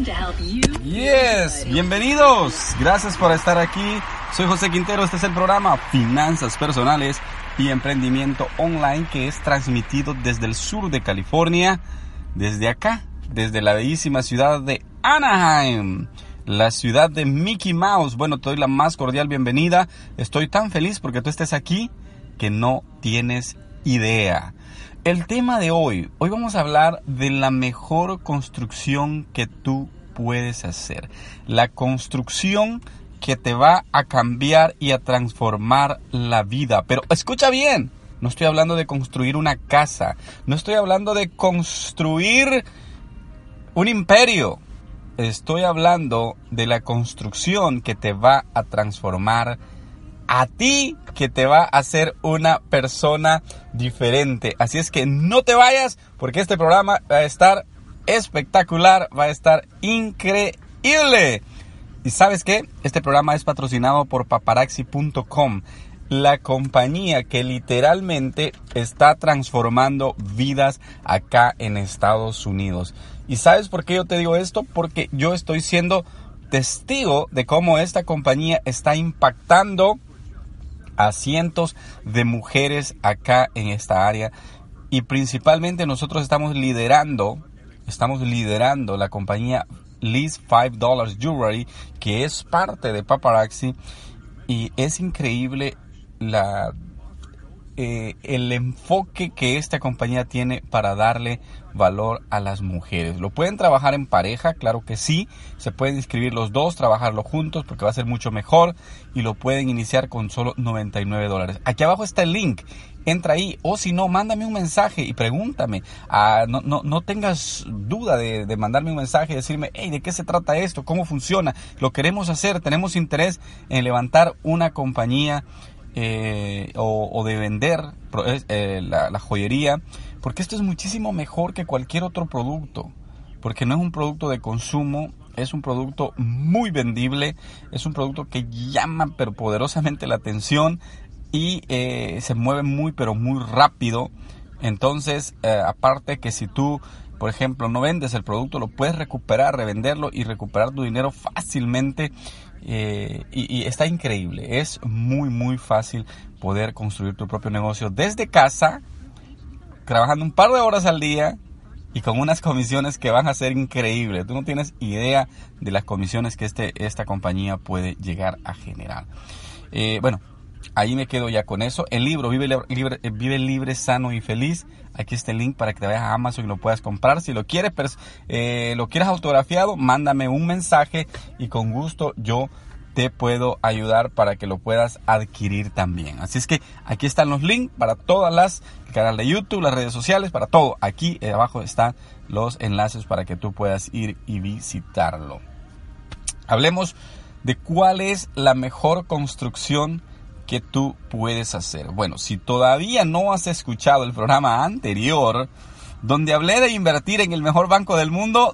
Yes, bienvenidos. Gracias por estar aquí. Soy José Quintero. Este es el programa Finanzas Personales y Emprendimiento Online, que es transmitido desde el sur de California, desde acá, desde la bellísima ciudad de Anaheim, la ciudad de Mickey Mouse. Bueno, te doy la más cordial bienvenida. Estoy tan feliz porque tú estés aquí que no tienes idea. El tema de hoy vamos a hablar de la mejor construcción que tú puedes hacer. La construcción que te va a cambiar y a transformar la vida. Pero escucha bien, no estoy hablando de construir una casa, no estoy hablando de construir un imperio. Estoy hablando de la construcción que te va a transformar a ti, que te va a hacer una persona diferente. Así es que no te vayas, porque este programa va a estar espectacular, va a estar increíble. ¿Y sabes qué? Este programa es patrocinado por Paparazzi.com, la compañía que literalmente está transformando vidas acá en Estados Unidos. ¿Y sabes por qué yo te digo esto? Porque yo estoy siendo testigo de cómo esta compañía está impactando a cientos de mujeres acá en esta área, y principalmente nosotros estamos liderando la compañía Least $5 Jewelry, que es parte de Paparazzi, y es increíble el enfoque que esta compañía tiene para darle valor a las mujeres. Lo pueden trabajar en pareja, claro que sí, se pueden inscribir los dos, trabajarlo juntos porque va a ser mucho mejor, y lo pueden iniciar con solo $99. Aquí abajo está el link, entra ahí, o si no, mándame un mensaje y pregúntame. No tengas duda de mandarme un mensaje y decirme, hey, ¿de qué se trata esto? ¿Cómo funciona? Lo queremos hacer, tenemos interés en levantar una compañía o de vender la joyería, porque esto es muchísimo mejor que cualquier otro producto, porque no es un producto de consumo, es un producto muy vendible, es un producto que llama pero poderosamente la atención y se mueve muy pero muy rápido. Entonces, aparte que si tú, por ejemplo, no vendes el producto, lo puedes recuperar, revenderlo y recuperar tu dinero fácilmente. Y está increíble, es muy fácil poder construir tu propio negocio desde casa, trabajando un par de horas al día y con unas comisiones que van a ser increíbles. Tú no tienes idea de las comisiones que esta compañía puede llegar a generar. Bueno, ahí me quedo ya con eso. El libro Vive libre, sano y feliz. Aquí está el link para que te vayas a Amazon y lo puedas comprar. Si lo quieres, lo quieres autografiado, mándame un mensaje y con gusto yo te puedo ayudar para que lo puedas adquirir también. Así es que aquí están los links para todas el canal de YouTube, las redes sociales, para todo. Aquí abajo están los enlaces para que tú puedas ir y visitarlo. Hablemos de cuál es la mejor construcción que tú puedes hacer. Bueno, si todavía no has escuchado el programa anterior, donde hablé de invertir en el mejor banco del mundo,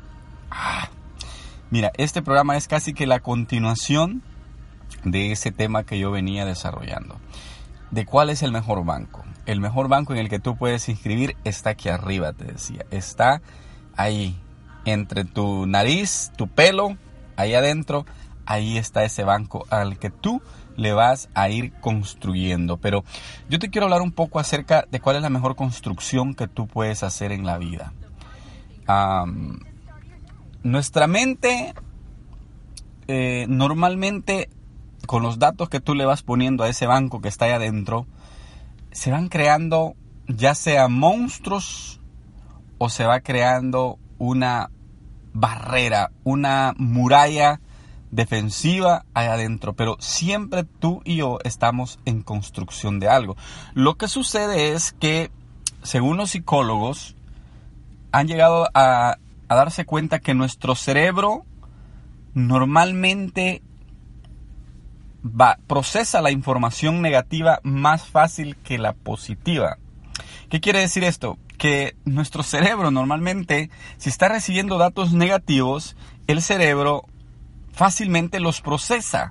mira, este programa es casi que la continuación de ese tema que yo venía desarrollando. ¿De cuál es el mejor banco? El mejor banco en el que tú puedes inscribir está aquí arriba, te decía. Está ahí, entre tu nariz, tu pelo, ahí adentro. Ahí está ese banco al que tú le vas a ir construyendo. Pero yo te quiero hablar un poco acerca de cuál es la mejor construcción que tú puedes hacer en la vida. Nuestra mente, normalmente, con los datos que tú le vas poniendo a ese banco que está ahí adentro, se van creando ya sea monstruos o se va creando una barrera, una muralla defensiva ahí adentro, pero siempre tú y yo estamos en construcción de algo. Lo que sucede es que, según los psicólogos, han llegado a darse cuenta que nuestro cerebro normalmente procesa la información negativa más fácil que la positiva. ¿Qué quiere decir esto? Que nuestro cerebro normalmente, si está recibiendo datos negativos, el cerebro fácilmente los procesa.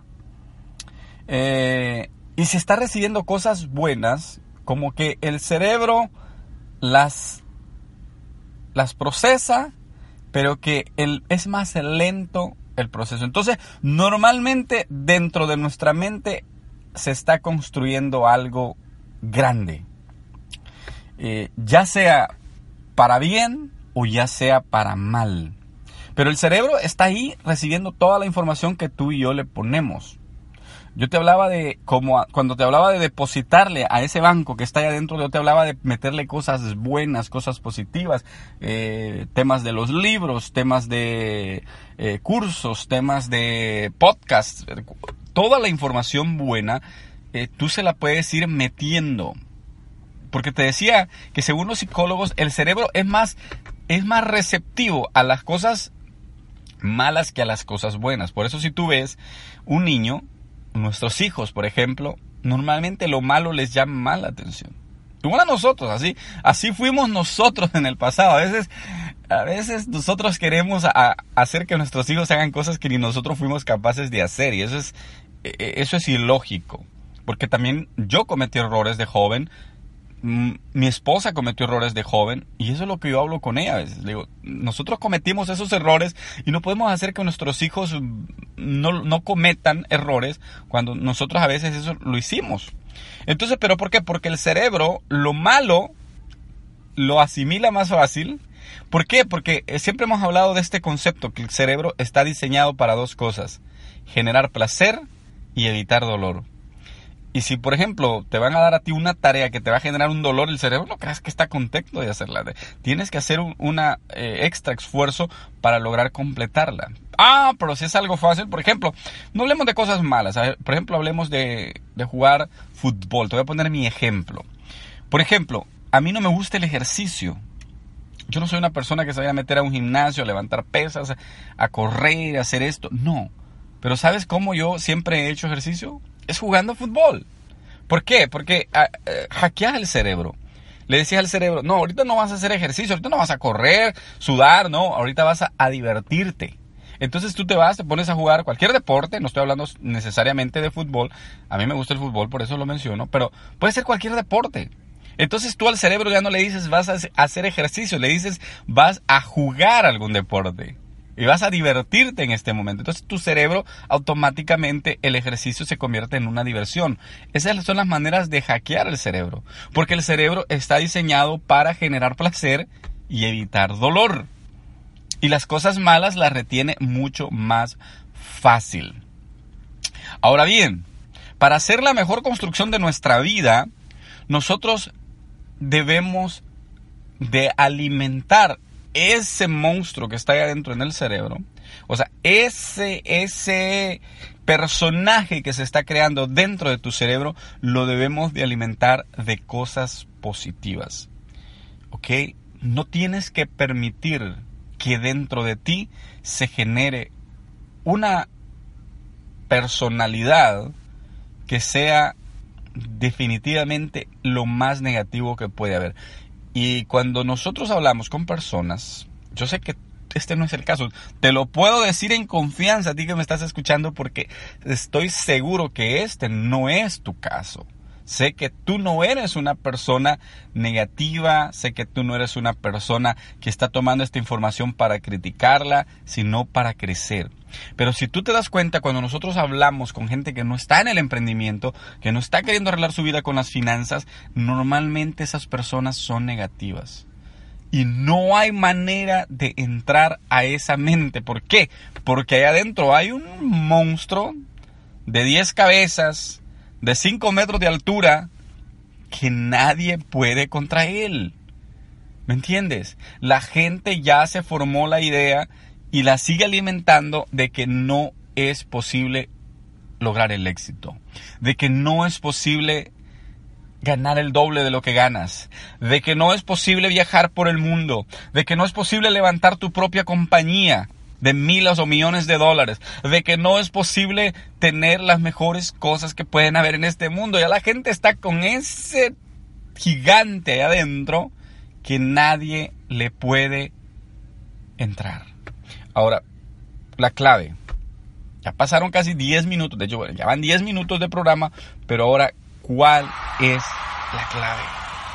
Y si está recibiendo cosas buenas, como que el cerebro las procesa, pero que es más lento el proceso. Entonces, normalmente dentro de nuestra mente se está construyendo algo grande, ya sea para bien o ya sea para mal. Pero el cerebro está ahí recibiendo toda la información que tú y yo le ponemos. Yo te hablaba cuando te hablaba de depositarle a ese banco que está ahí adentro, yo te hablaba de meterle cosas buenas, cosas positivas, temas de los libros, temas de cursos, temas de podcasts, toda la información buena, tú se la puedes ir metiendo. Porque te decía que según los psicólogos, el cerebro es más receptivo a las cosas malas que a las cosas buenas. Por eso si tú ves un niño, nuestros hijos, por ejemplo, normalmente lo malo les llama más la atención. Igual a nosotros, así fuimos nosotros en el pasado. A veces nosotros queremos hacer que nuestros hijos hagan cosas que ni nosotros fuimos capaces de hacer. Y eso es ilógico. Porque también yo cometí errores de joven. Mi esposa cometió errores de joven y eso es lo que yo hablo con ella a veces. Le digo, nosotros cometimos esos errores y no podemos hacer que nuestros hijos no cometan errores cuando nosotros a veces eso lo hicimos. Entonces, ¿pero por qué? Porque el cerebro lo malo lo asimila más fácil. ¿Por qué? Porque siempre hemos hablado de este concepto, que el cerebro está diseñado para dos cosas: generar placer y evitar dolor. Y si, por ejemplo, te van a dar a ti una tarea que te va a generar un dolor, el cerebro no creas que está contento de hacerla. Tienes que hacer un extra esfuerzo para lograr completarla. Pero si es algo fácil, por ejemplo, no hablemos de cosas malas. Por ejemplo, hablemos de jugar fútbol. Te voy a poner mi ejemplo. Por ejemplo, a mí no me gusta el ejercicio. Yo no soy una persona que se vaya a meter a un gimnasio, a levantar pesas, a correr, a hacer esto. No. Pero ¿sabes cómo yo siempre he hecho ejercicio? Es jugando fútbol. ¿Por qué? Porque hackeas el cerebro. Le decías al cerebro, no, ahorita no vas a hacer ejercicio, ahorita no vas a correr, sudar, no, ahorita vas a divertirte. Entonces tú te pones a jugar cualquier deporte, no estoy hablando necesariamente de fútbol, a mí me gusta el fútbol, por eso lo menciono, pero puede ser cualquier deporte. Entonces tú al cerebro ya no le dices vas a hacer ejercicio, le dices vas a jugar algún deporte. Y vas a divertirte en este momento. Entonces tu cerebro automáticamente, el ejercicio se convierte en una diversión. Esas son las maneras de hackear el cerebro. Porque el cerebro está diseñado para generar placer y evitar dolor. Y las cosas malas las retiene mucho más fácil. Ahora bien, para hacer la mejor construcción de nuestra vida, nosotros debemos de alimentar ese monstruo que está ahí adentro en el cerebro, o sea, ese personaje que se está creando dentro de tu cerebro, lo debemos de alimentar de cosas positivas, ¿ok? No tienes que permitir que dentro de ti se genere una personalidad que sea definitivamente lo más negativo que puede haber. Y cuando nosotros hablamos con personas, yo sé que este no es el caso, te lo puedo decir en confianza a ti que me estás escuchando porque estoy seguro que este no es tu caso. Sé que tú no eres una persona negativa, sé que tú no eres una persona que está tomando esta información para criticarla, sino para crecer. Pero si tú te das cuenta, cuando nosotros hablamos con gente que no está en el emprendimiento, que no está queriendo arreglar su vida con las finanzas, normalmente esas personas son negativas. Y no hay manera de entrar a esa mente. ¿Por qué? Porque ahí adentro hay un monstruo de 10 cabezas, de 5 metros de altura, que nadie puede contra él. ¿Me entiendes? La gente ya se formó la idea y la sigue alimentando de que no es posible lograr el éxito, de que no es posible ganar el doble de lo que ganas, de que no es posible viajar por el mundo, de que no es posible levantar tu propia compañía de miles o millones de dólares, de que no es posible tener las mejores cosas que pueden haber en este mundo. Ya la gente está con ese gigante ahí adentro que nadie le puede entrar. Ahora, la clave. Ya pasaron casi 10 minutos, de hecho, ya van 10 minutos de programa, pero ahora, ¿cuál es la clave?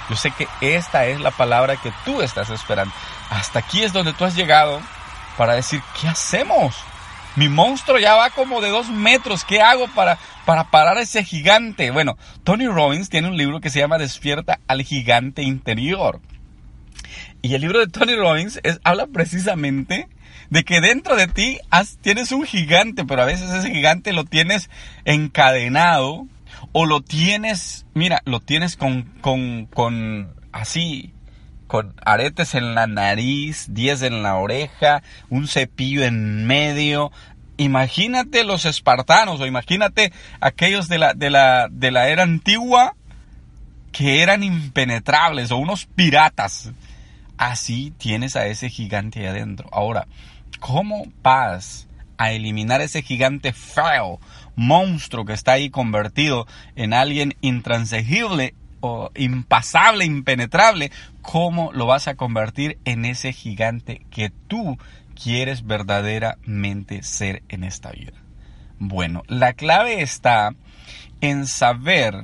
Yo sé que esta es la palabra que tú estás esperando. Hasta aquí es donde tú has llegado para decir, ¿qué hacemos? Mi monstruo ya va como de 2 metros. ¿Qué hago para parar a ese gigante? Bueno, Tony Robbins tiene un libro que se llama Despierta al gigante interior. Y el libro de Tony Robbins habla precisamente de que dentro de ti tienes un gigante, pero a veces ese gigante lo tienes encadenado o lo tienes, lo tienes con aretes en la nariz, 10 en la oreja, un cepillo en medio. Imagínate los espartanos o imagínate aquellos de la era antigua que eran impenetrables o unos piratas. Así tienes a ese gigante ahí adentro. Ahora, ¿cómo vas a eliminar ese gigante feo, monstruo que está ahí convertido en alguien intransigible o impasable, impenetrable? ¿Cómo lo vas a convertir en ese gigante que tú quieres verdaderamente ser en esta vida? Bueno, la clave está en saber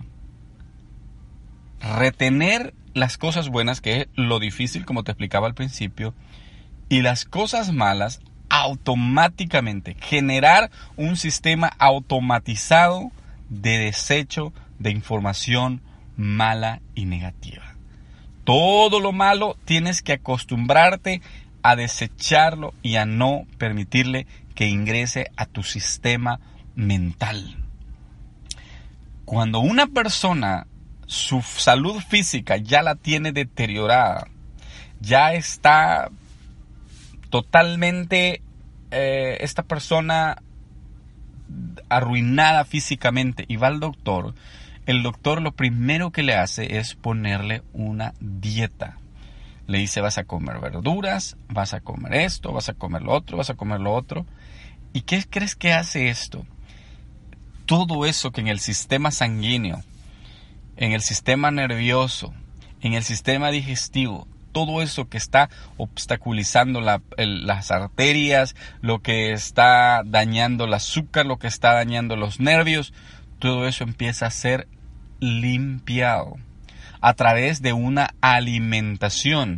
retener las cosas buenas, que es lo difícil, como te explicaba al principio, y las cosas malas automáticamente. Generar un sistema automatizado de desecho de información mala y negativa. Todo lo malo tienes que acostumbrarte a desecharlo y a no permitirle que ingrese a tu sistema mental. Cuando una persona su salud física ya la tiene deteriorada, ya está totalmente esta persona arruinada físicamente y va al doctor, el doctor lo primero que le hace es ponerle una dieta. Le dice, vas a comer verduras, vas a comer esto, vas a comer lo otro, vas a comer lo otro. ¿Y qué crees que hace esto? Todo eso que en el sistema sanguíneo, en el sistema nervioso, en el sistema digestivo, todo eso que está obstaculizando las arterias, lo que está dañando el azúcar, lo que está dañando los nervios, todo eso empieza a ser limpiado a través de una alimentación.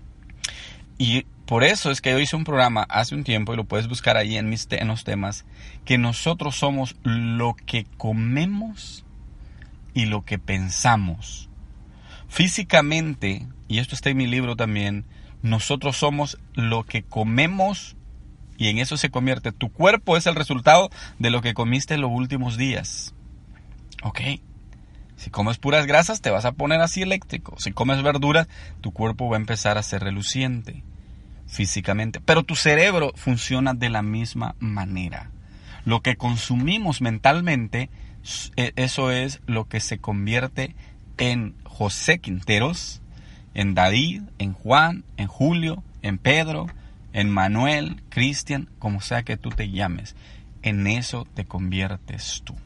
Y por eso es que yo hice un programa hace un tiempo, y lo puedes buscar ahí en los temas, que nosotros somos lo que comemos y lo que pensamos. Físicamente, y esto está en mi libro también, nosotros somos lo que comemos y en eso se convierte. Tu cuerpo es el resultado de lo que comiste en los últimos días. ¿Ok? Si comes puras grasas te vas a poner así eléctrico. Si comes verduras, tu cuerpo va a empezar a ser reluciente físicamente. Pero tu cerebro funciona de la misma manera. Lo que consumimos mentalmente, eso es lo que se convierte en José Quinteros, en David, en Juan, en Julio, en Pedro, en Manuel, Cristian, como sea que tú te llames. En eso te conviertes tú.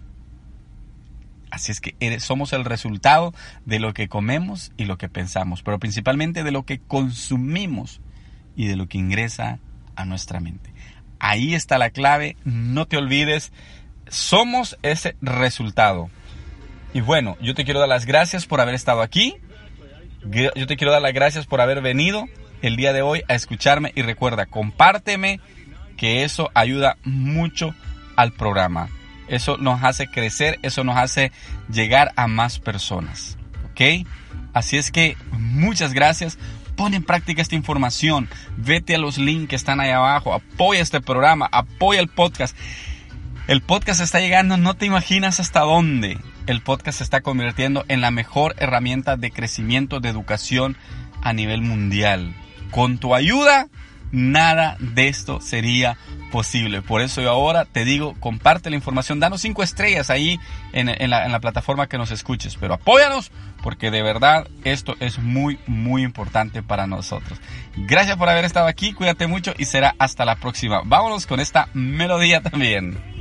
Así es que somos el resultado de lo que comemos y lo que pensamos, pero principalmente de lo que consumimos y de lo que ingresa a nuestra mente. Ahí está la clave, no te olvides, somos ese resultado. Y bueno, yo te quiero dar las gracias por haber estado aquí. Yo te quiero dar las gracias por haber venido el día de hoy a escucharme. Y recuerda, compárteme, que eso ayuda mucho al programa. Eso nos hace crecer, eso nos hace llegar a más personas. ¿Ok? Así es que muchas gracias. Pon en práctica esta información. Vete a los links que están ahí abajo. Apoya este programa, apoya el podcast. El podcast está llegando, no te imaginas hasta dónde. El podcast se está convirtiendo en la mejor herramienta de crecimiento, de educación a nivel mundial. Con tu ayuda, nada de esto sería posible. Por eso yo ahora te digo, comparte la información, danos 5 estrellas ahí en la plataforma que nos escuches. Pero apóyanos, porque de verdad esto es muy, muy importante para nosotros. Gracias por haber estado aquí, cuídate mucho y será hasta la próxima. Vámonos con esta melodía también.